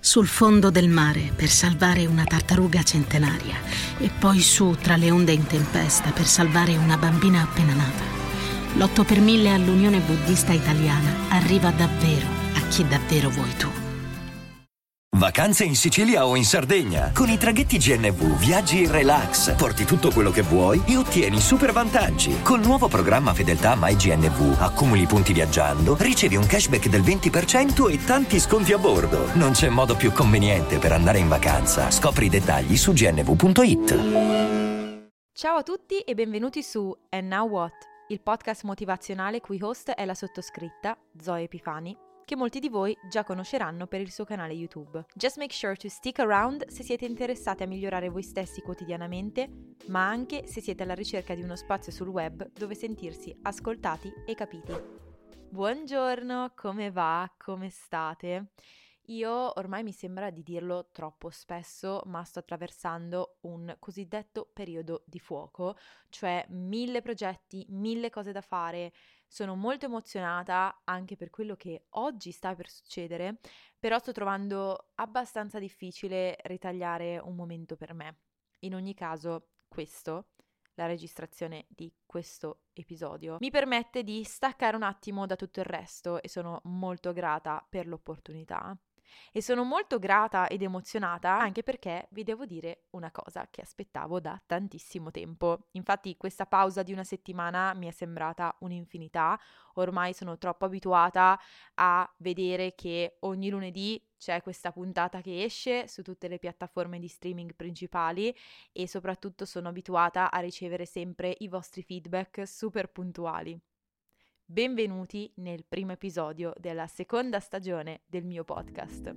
Sul fondo del mare per salvare una tartaruga centenaria e poi su tra le onde in tempesta per salvare una bambina appena nata. L'8 per 1000 all'Unione Buddista Italiana arriva davvero a chi davvero vuoi tu. Vacanze in Sicilia o in Sardegna. Con i traghetti GNV viaggi in relax, porti tutto quello che vuoi e ottieni super vantaggi. Col nuovo programma Fedeltà MyGNV accumuli punti viaggiando, ricevi un cashback del 20% e tanti sconti a bordo. Non c'è modo più conveniente per andare in vacanza. Scopri i dettagli su gnv.it. Ciao a tutti e benvenuti su And Now What, il podcast motivazionale cui host è la sottoscritta, Zoe Epifani, che molti di voi già conosceranno per il suo canale YouTube. Just make sure to stick around se siete interessati a migliorare voi stessi quotidianamente, ma anche se siete alla ricerca di uno spazio sul web dove sentirsi ascoltati e capiti. Buongiorno, come va? Come state? Io ormai mi sembra di dirlo troppo spesso, ma sto attraversando un cosiddetto periodo di fuoco, cioè 1000 progetti, 1000 cose da fare. Sono molto emozionata anche per quello che oggi sta per succedere, però sto trovando abbastanza difficile ritagliare un momento per me. In ogni caso, la registrazione di questo episodio, mi permette di staccare un attimo da tutto il resto e sono molto grata per l'opportunità. E sono molto grata ed emozionata anche perché vi devo dire una cosa che aspettavo da tantissimo tempo. Infatti questa pausa di una settimana mi è sembrata un'infinità. Ormai sono troppo abituata a vedere che ogni lunedì c'è questa puntata che esce su tutte le piattaforme di streaming principali e soprattutto sono abituata a ricevere sempre i vostri feedback super puntuali. Benvenuti nel primo episodio della seconda stagione del mio podcast.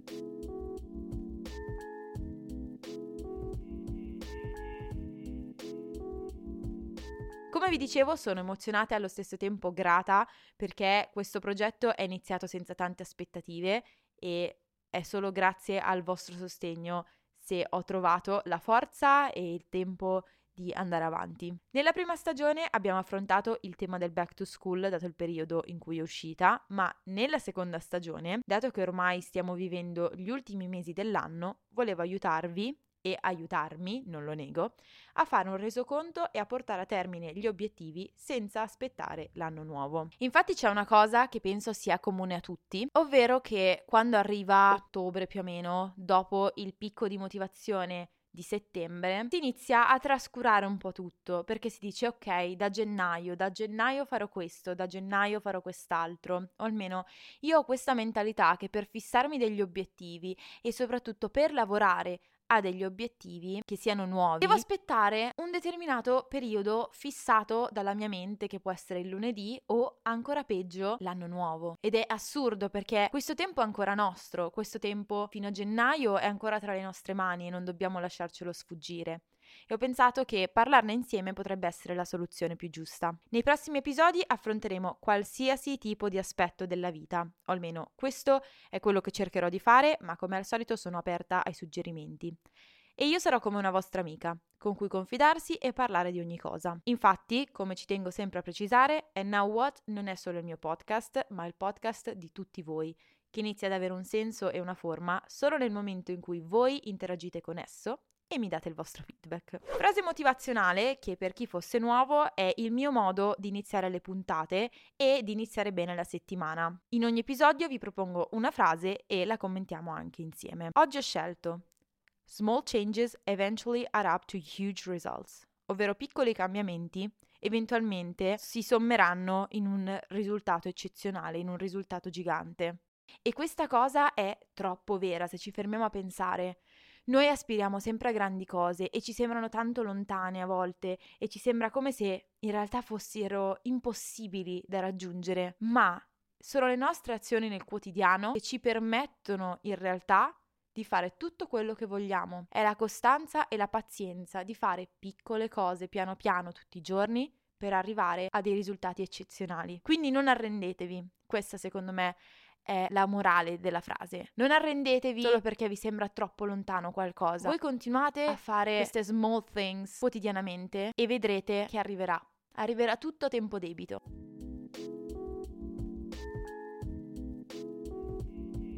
Come vi dicevo, sono emozionata e allo stesso tempo grata perché questo progetto è iniziato senza tante aspettative e è solo grazie al vostro sostegno se ho trovato la forza e il tempo di andare avanti. Nella prima stagione abbiamo affrontato il tema del back to school, dato il periodo in cui è uscita, ma nella seconda stagione, dato che ormai stiamo vivendo gli ultimi mesi dell'anno, volevo aiutarvi e aiutarmi, non lo nego, a fare un resoconto e a portare a termine gli obiettivi senza aspettare l'anno nuovo. Infatti c'è una cosa che penso sia comune a tutti, ovvero che quando arriva ottobre più o meno, dopo il picco di motivazione di settembre, si inizia a trascurare un po' tutto, perché si dice ok, da gennaio farò questo, da gennaio farò quest'altro, o almeno io ho questa mentalità che per fissarmi degli obiettivi e soprattutto per lavorare a degli obiettivi che siano nuovi, devo aspettare un determinato periodo fissato dalla mia mente, che può essere il lunedì o ancora peggio l'anno nuovo. Ed è assurdo perché questo tempo è ancora nostro, questo tempo fino a gennaio è ancora tra le nostre mani e non dobbiamo lasciarcelo sfuggire. E ho pensato che parlarne insieme potrebbe essere la soluzione più giusta. Nei prossimi episodi affronteremo qualsiasi tipo di aspetto della vita, o almeno questo è quello che cercherò di fare, ma come al solito sono aperta ai suggerimenti. E io sarò come una vostra amica, con cui confidarsi e parlare di ogni cosa. Infatti, come ci tengo sempre a precisare, And Now What non è solo il mio podcast, ma il podcast di tutti voi, che inizia ad avere un senso e una forma solo nel momento in cui voi interagite con esso e mi date il vostro feedback. Frase motivazionale, che per chi fosse nuovo è il mio modo di iniziare le puntate e di iniziare bene la settimana. In ogni episodio vi propongo una frase e la commentiamo anche insieme. Oggi ho scelto Small changes eventually add up to huge results, ovvero piccoli cambiamenti eventualmente si sommeranno in un risultato eccezionale, in un risultato gigante. E questa cosa è troppo vera se ci fermiamo a pensare. Noi aspiriamo sempre a grandi cose e ci sembrano tanto lontane a volte e ci sembra come se in realtà fossero impossibili da raggiungere, ma sono le nostre azioni nel quotidiano che ci permettono in realtà di fare tutto quello che vogliamo. È la costanza e la pazienza di fare piccole cose piano piano tutti i giorni per arrivare a dei risultati eccezionali. Quindi non arrendetevi. Questa secondo me è la morale della frase. Non arrendetevi solo perché vi sembra troppo lontano qualcosa. Voi continuate a fare queste small things quotidianamente e vedrete che arriverà. Arriverà tutto a tempo debito.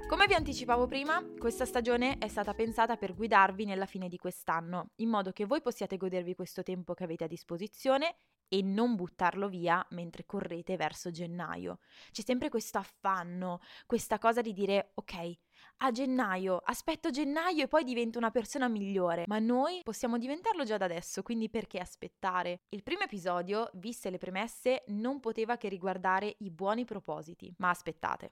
Come vi anticipavo prima, questa stagione è stata pensata per guidarvi nella fine di quest'anno, in modo che voi possiate godervi questo tempo che avete a disposizione e non buttarlo via mentre correte verso gennaio. C'è sempre questo affanno, questa cosa di dire ok, a gennaio, aspetto gennaio e poi divento una persona migliore, ma noi possiamo diventarlo già da adesso, quindi perché aspettare? Il primo episodio, viste le premesse, non poteva che riguardare i buoni propositi, ma aspettate.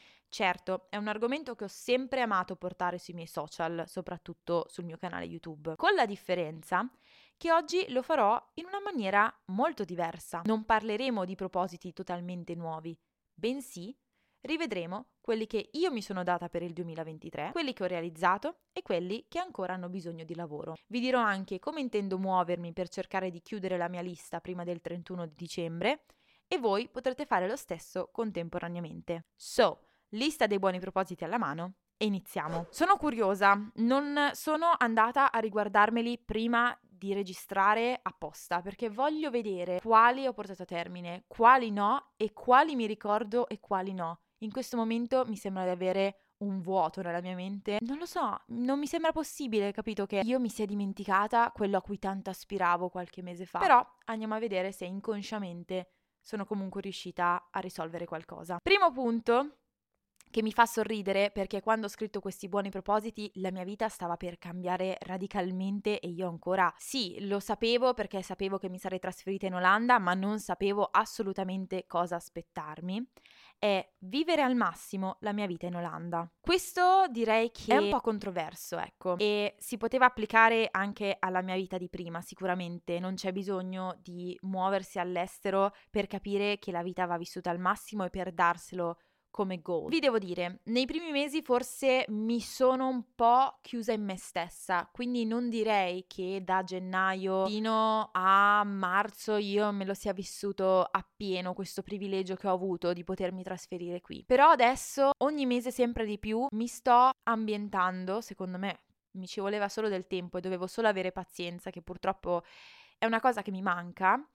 Certo, è un argomento che ho sempre amato portare sui miei social, soprattutto sul mio canale YouTube, con la differenza che oggi lo farò in una maniera molto diversa. Non parleremo di propositi totalmente nuovi, bensì rivedremo quelli che io mi sono data per il 2023, quelli che ho realizzato e quelli che ancora hanno bisogno di lavoro. Vi dirò anche come intendo muovermi per cercare di chiudere la mia lista prima del 31 di dicembre e voi potrete fare lo stesso contemporaneamente. Lista dei buoni propositi alla mano e iniziamo. Sono curiosa, non sono andata a riguardarmeli prima di registrare apposta perché voglio vedere quali ho portato a termine, quali no e quali mi ricordo e quali no. In questo momento mi sembra di avere un vuoto nella mia mente. Non lo so, non mi sembra possibile, capito, che io mi sia dimenticata quello a cui tanto aspiravo qualche mese fa. Però andiamo a vedere se inconsciamente sono comunque riuscita a risolvere qualcosa. Primo punto che mi fa sorridere perché quando ho scritto questi buoni propositi la mia vita stava per cambiare radicalmente e io ancora sì, lo sapevo perché sapevo che mi sarei trasferita in Olanda, ma non sapevo assolutamente cosa aspettarmi. È vivere al massimo la mia vita in Olanda. Questo direi che è un po' controverso, ecco, e si poteva applicare anche alla mia vita di prima, sicuramente. Non c'è bisogno di muoversi all'estero per capire che la vita va vissuta al massimo e per darselo come goal. Vi devo dire, nei primi mesi forse mi sono un po' chiusa in me stessa, quindi non direi che da gennaio fino a marzo io me lo sia vissuto appieno questo privilegio che ho avuto di potermi trasferire qui. Però adesso ogni mese sempre di più mi sto ambientando, secondo me mi ci voleva solo del tempo e dovevo solo avere pazienza, che purtroppo è una cosa che mi manca,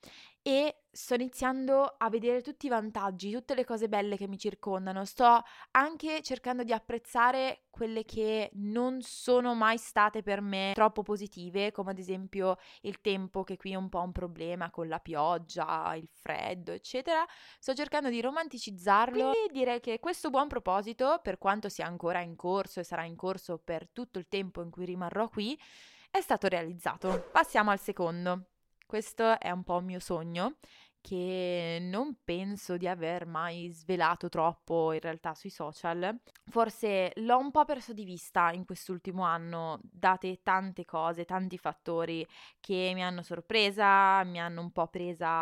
e sto iniziando a vedere tutti i vantaggi, tutte le cose belle che mi circondano. Sto anche cercando di apprezzare quelle che non sono mai state per me troppo positive, come ad esempio il tempo, che qui è un po' un problema con la pioggia, il freddo, eccetera. Sto cercando di romanticizzarlo e dire che questo buon proposito, per quanto sia ancora in corso e sarà in corso per tutto il tempo in cui rimarrò qui, è stato realizzato. Passiamo al secondo. Questo è un po' un mio sogno che non penso di aver mai svelato troppo in realtà sui social. Forse l'ho un po' perso di vista in quest'ultimo anno, date tante cose, tanti fattori che mi hanno sorpresa, mi hanno un po' presa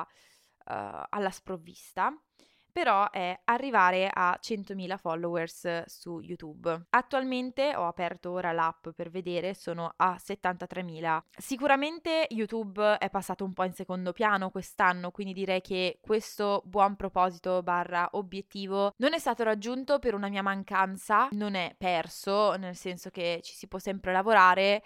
alla sprovvista. Però è arrivare a 100.000 followers su YouTube. Attualmente ho aperto ora l'app per vedere, sono a 73.000. Sicuramente YouTube è passato un po' in secondo piano quest'anno, quindi direi che questo buon proposito / obiettivo non è stato raggiunto per una mia mancanza, non è perso, nel senso che ci si può sempre lavorare,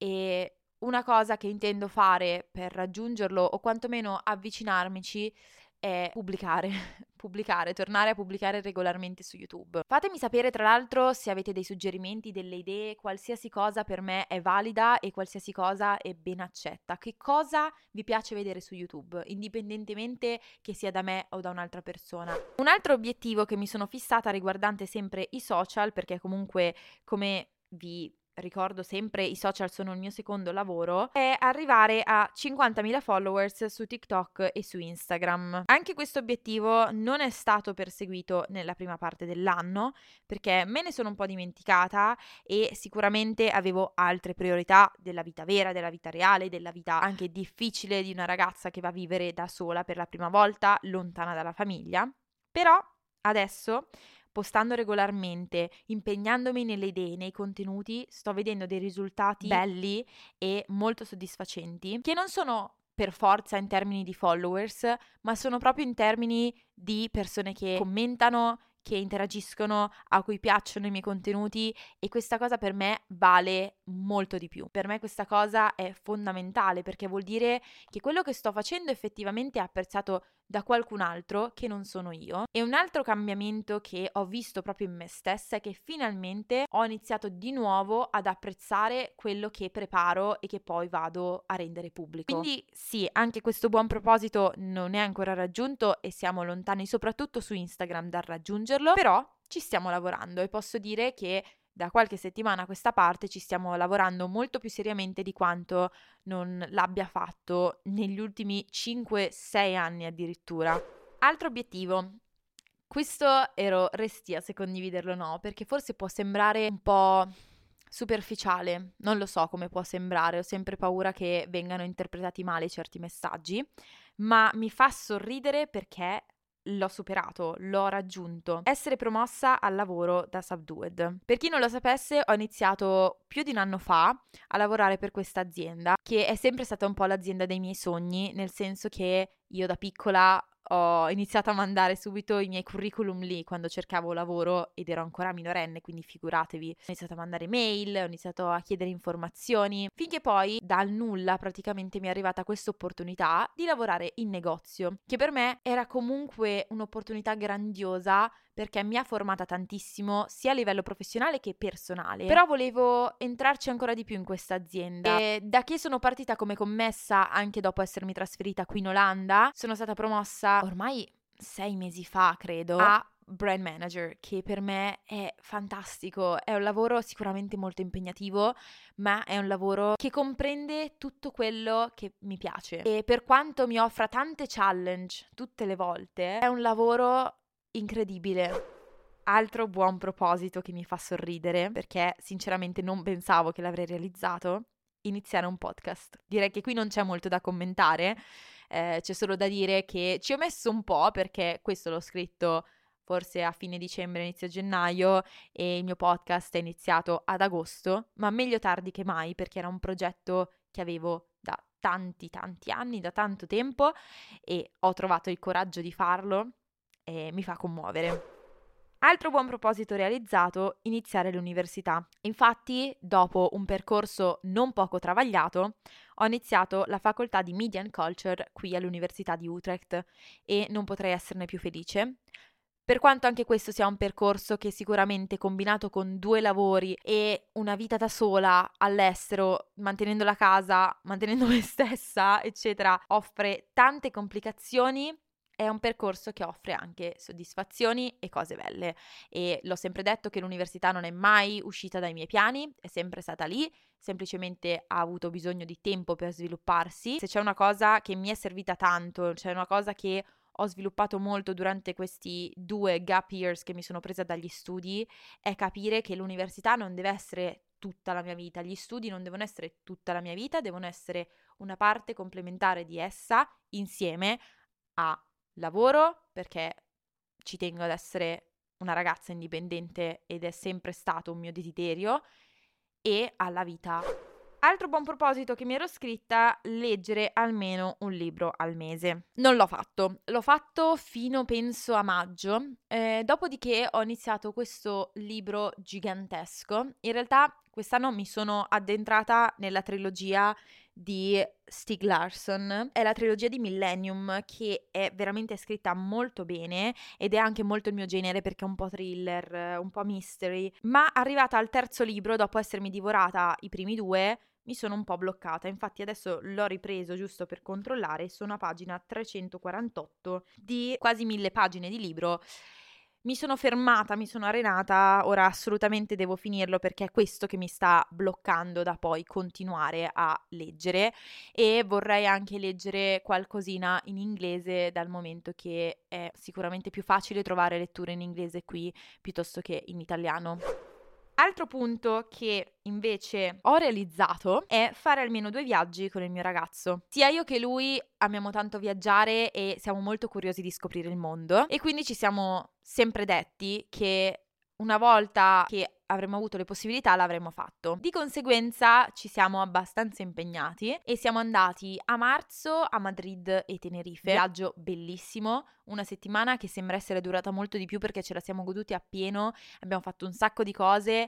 e una cosa che intendo fare per raggiungerlo o quantomeno avvicinarmici è pubblicare, tornare a pubblicare regolarmente su YouTube. Fatemi sapere tra l'altro se avete dei suggerimenti, delle idee, qualsiasi cosa per me è valida e qualsiasi cosa è ben accetta. Che cosa vi piace vedere su YouTube, indipendentemente che sia da me o da un'altra persona. Un altro obiettivo che mi sono fissata riguardante sempre i social, perché comunque come vi ricordo sempre i social sono il mio secondo lavoro, è arrivare a 50.000 followers su TikTok e su Instagram. Anche questo obiettivo non è stato perseguito nella prima parte dell'anno perché me ne sono un po' dimenticata e sicuramente avevo altre priorità della vita vera, della vita reale, della vita anche difficile di una ragazza che va a vivere da sola per la prima volta, lontana dalla famiglia. Però adesso, postando regolarmente, impegnandomi nelle idee, nei contenuti, sto vedendo dei risultati belli e molto soddisfacenti, che non sono per forza in termini di followers, ma sono proprio in termini di persone che commentano, che interagiscono, a cui piacciono i miei contenuti, e questa cosa per me vale molto di più. Per me questa cosa è fondamentale perché vuol dire che quello che sto facendo effettivamente è apprezzato da qualcun altro che non sono io. E un altro cambiamento che ho visto proprio in me stessa è che finalmente ho iniziato di nuovo ad apprezzare quello che preparo e che poi vado a rendere pubblico. Quindi sì, anche questo buon proposito non è ancora raggiunto e siamo lontani soprattutto su Instagram dal raggiungerlo, però ci stiamo lavorando e posso dire che da qualche settimana a questa parte ci stiamo lavorando molto più seriamente di quanto non l'abbia fatto negli ultimi 5-6 anni addirittura. Altro obiettivo. Questo ero restia se condividerlo o no, perché forse può sembrare un po' superficiale, non lo so come può sembrare, ho sempre paura che vengano interpretati male certi messaggi, ma mi fa sorridere perché l'ho superato, l'ho raggiunto. Essere promossa al lavoro da Subdued. Per chi non lo sapesse, ho iniziato più di un anno fa a lavorare per questa azienda, che è sempre stata un po' l'azienda dei miei sogni, nel senso che io da piccola ho iniziato a mandare subito i miei curriculum lì quando cercavo lavoro ed ero ancora minorenne, quindi figuratevi. Ho iniziato a mandare mail, ho iniziato a chiedere informazioni, finché poi dal nulla praticamente mi è arrivata questa opportunità di lavorare in negozio, che per me era comunque un'opportunità grandiosa perché mi ha formata tantissimo sia a livello professionale che personale. Però volevo entrarci ancora di più in questa azienda e da che sono partita come commessa anche dopo essermi trasferita qui in Olanda, sono stata promossa ormai 6 mesi fa, credo, a brand manager, che per me è fantastico. È un lavoro sicuramente molto impegnativo, ma è un lavoro che comprende tutto quello che mi piace. E per quanto mi offra tante challenge tutte le volte, è un lavoro incredibile. Altro buon proposito che mi fa sorridere, perché sinceramente non pensavo che l'avrei realizzato, iniziare un podcast. Direi che qui non c'è molto da commentare, c'è solo da dire che ci ho messo un po', perché questo l'ho scritto forse a fine dicembre, inizio gennaio, e il mio podcast è iniziato ad agosto, ma meglio tardi che mai, perché era un progetto che avevo da tanti anni, da tanto tempo, e ho trovato il coraggio di farlo e mi fa commuovere. Altro buon proposito realizzato, iniziare l'università. Infatti, dopo un percorso non poco travagliato, ho iniziato la facoltà di Media and Culture qui all'Università di Utrecht e non potrei esserne più felice. Per quanto anche questo sia un percorso che sicuramente combinato con 2 lavori e una vita da sola all'estero, mantenendo la casa, mantenendo me stessa, eccetera, offre tante complicazioni, è un percorso che offre anche soddisfazioni e cose belle. E l'ho sempre detto che l'università non è mai uscita dai miei piani, è sempre stata lì, semplicemente ha avuto bisogno di tempo per svilupparsi. Se c'è una cosa che mi è servita tanto, c'è una cosa che ho sviluppato molto durante questi 2 gap years che mi sono presa dagli studi, è capire che l'università non deve essere tutta la mia vita, gli studi non devono essere tutta la mia vita, devono essere una parte complementare di essa, insieme a lavoro, perché ci tengo ad essere una ragazza indipendente ed è sempre stato un mio desiderio, e alla vita. Altro buon proposito che mi ero scritta, leggere almeno un libro al mese. Non l'ho fatto fino penso a maggio, dopodiché ho iniziato questo libro gigantesco. In realtà quest'anno mi sono addentrata nella trilogia di Stieg Larsson, è la trilogia di Millennium, che è veramente scritta molto bene ed è anche molto il mio genere perché è un po' thriller, un po' mystery, ma arrivata al 3° libro, dopo essermi divorata i primi 2, mi sono un po' bloccata. Infatti adesso l'ho ripreso giusto per controllare, sono a pagina 348 di quasi 1000 pagine di libro. Mi sono fermata, mi sono arenata, ora assolutamente devo finirlo perché è questo che mi sta bloccando da poi continuare a leggere, e vorrei anche leggere qualcosina in inglese, dal momento che è sicuramente più facile trovare letture in inglese qui piuttosto che in italiano. Altro punto che invece ho realizzato è fare almeno 2 viaggi con il mio ragazzo. Sia io che lui amiamo tanto viaggiare e siamo molto curiosi di scoprire il mondo, e quindi ci siamo sempre detti che una volta che avremmo avuto le possibilità l'avremmo fatto. Di conseguenza ci siamo abbastanza impegnati e siamo andati a marzo a Madrid e Tenerife, viaggio bellissimo, una settimana che sembra essere durata molto di più perché ce la siamo goduti appieno, abbiamo fatto un sacco di cose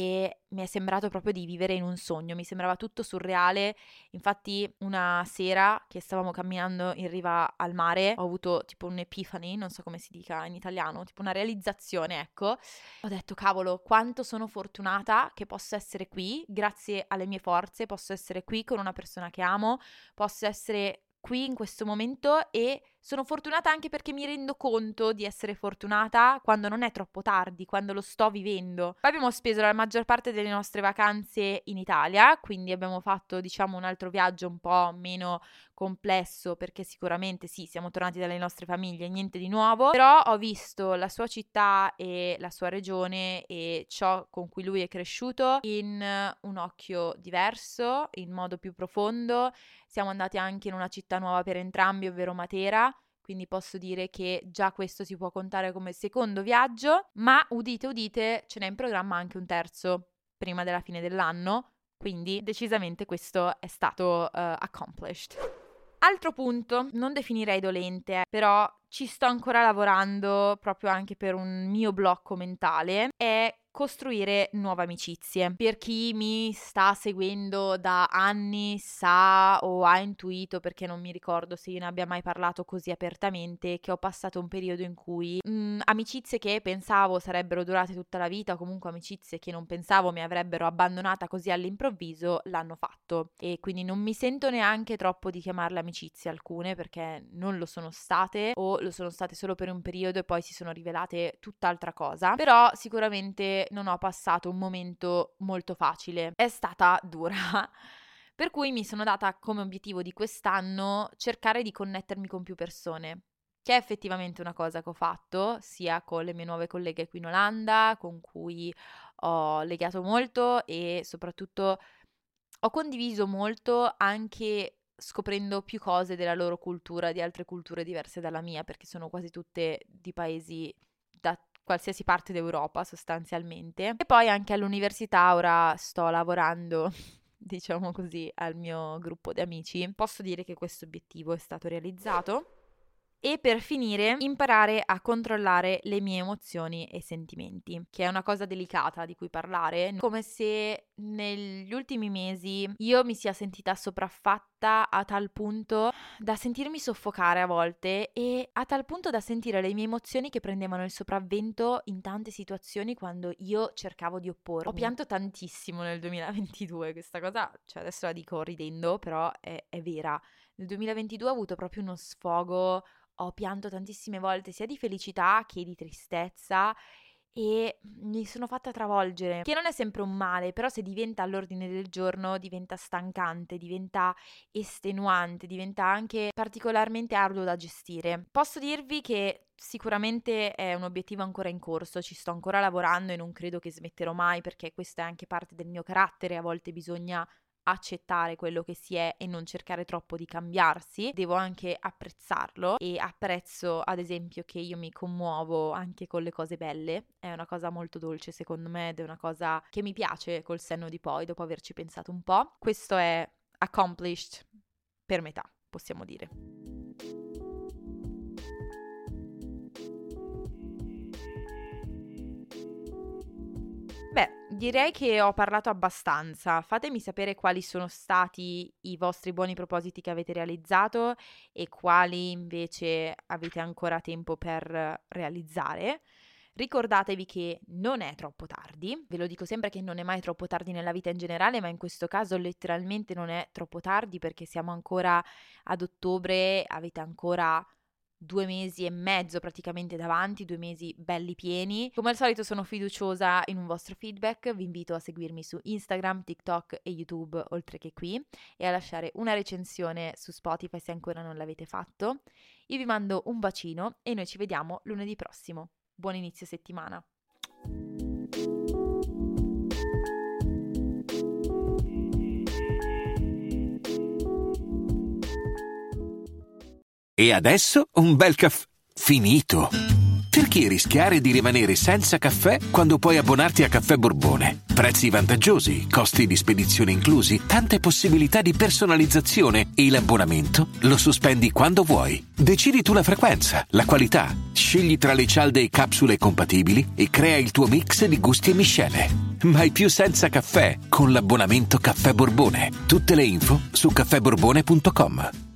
e mi è sembrato proprio di vivere in un sogno, mi sembrava tutto surreale. Infatti una sera che stavamo camminando in riva al mare ho avuto tipo un epiphany, non so come si dica in italiano, tipo una realizzazione, ecco. Ho detto cavolo, quanto sono fortunata che posso essere qui, grazie alle mie forze, posso essere qui con una persona che amo, posso essere qui in questo momento e sono fortunata anche perché mi rendo conto di essere fortunata quando non è troppo tardi, quando lo sto vivendo. Poi abbiamo speso la maggior parte delle nostre vacanze in Italia, quindi abbiamo fatto diciamo un altro viaggio un po' meno complesso perché sicuramente sì, siamo tornati dalle nostre famiglie, niente di nuovo, però ho visto la sua città e la sua regione e ciò con cui lui è cresciuto in un occhio diverso, in modo più profondo. Siamo andati anche in una città nuova per entrambi, ovvero Matera, quindi posso dire che già questo si può contare come secondo viaggio, ma udite udite, ce n'è in programma anche un terzo prima della fine dell'anno, quindi decisamente questo è stato accomplished. Altro punto, non definirei dolente, però ci sto ancora lavorando proprio anche per un mio blocco mentale, è costruire nuove amicizie. Per chi mi sta seguendo da anni sa o ha intuito, perché non mi ricordo se io ne abbia mai parlato così apertamente, che ho passato un periodo in cui amicizie che pensavo sarebbero durate tutta la vita, o comunque amicizie che non pensavo mi avrebbero abbandonata così all'improvviso, l'hanno fatto. E quindi non mi sento neanche troppo di chiamarle amicizie alcune, perché non lo sono state o lo sono state solo per un periodo e poi si sono rivelate tutt'altra cosa. Però sicuramente non ho passato un momento molto facile, è stata dura. Per cui mi sono data come obiettivo di quest'anno cercare di connettermi con più persone, che è effettivamente una cosa che ho fatto sia con le mie nuove colleghe qui in Olanda, con cui ho legato molto e soprattutto ho condiviso molto anche scoprendo più cose della loro cultura, di altre culture diverse dalla mia, perché sono quasi tutte di paesi da qualsiasi parte d'Europa sostanzialmente. E poi anche all'università ora sto lavorando, diciamo così, al mio gruppo di amici. Posso dire che questo obiettivo è stato realizzato. E per finire, imparare a controllare le mie emozioni e sentimenti, che è una cosa delicata di cui parlare, come se negli ultimi mesi io mi sia sentita sopraffatta a tal punto da sentirmi soffocare a volte e a tal punto da sentire le mie emozioni che prendevano il sopravvento in tante situazioni quando io cercavo di oppormi. Ho pianto tantissimo nel 2022, questa cosa, cioè adesso la dico ridendo, però è vera. Nel 2022 ho avuto proprio uno sfogo. Ho pianto tantissime volte sia di felicità che di tristezza e mi sono fatta travolgere, che non è sempre un male, però se diventa all'ordine del giorno diventa stancante, diventa estenuante, diventa anche particolarmente arduo da gestire. Posso dirvi che sicuramente è un obiettivo ancora in corso, ci sto ancora lavorando e non credo che smetterò mai perché questa è anche parte del mio carattere, a volte bisogna accettare quello che si è e non cercare troppo di cambiarsi, devo anche apprezzarlo e apprezzo ad esempio che io mi commuovo anche con le cose belle, è una cosa molto dolce secondo me ed è una cosa che mi piace col senno di poi dopo averci pensato un po'. Questo è accomplished per metà, possiamo dire. Beh, direi che ho parlato abbastanza. Fatemi sapere quali sono stati i vostri buoni propositi che avete realizzato e quali invece avete ancora tempo per realizzare. Ricordatevi che non è troppo tardi, ve lo dico sempre che non è mai troppo tardi nella vita in generale, ma in questo caso letteralmente non è troppo tardi perché siamo ancora ad ottobre, avete ancora 2 mesi e mezzo praticamente davanti, 2 mesi belli pieni. Come al solito sono fiduciosa in un vostro feedback, vi invito a seguirmi su Instagram, TikTok e YouTube oltre che qui e a lasciare una recensione su Spotify se ancora non l'avete fatto. Io vi mando un bacino e noi ci vediamo lunedì prossimo. Buon inizio settimana! E adesso un bel caffè finito. Per chi Perché rischiare di rimanere senza caffè quando puoi abbonarti a Caffè Borbone? Prezzi vantaggiosi, costi di spedizione inclusi, tante possibilità di personalizzazione e l'abbonamento lo sospendi quando vuoi. Decidi tu la frequenza, la qualità, scegli tra le cialde e capsule compatibili e crea il tuo mix di gusti e miscele. Mai più senza caffè con l'abbonamento Caffè Borbone. Tutte le info su caffèborbone.com.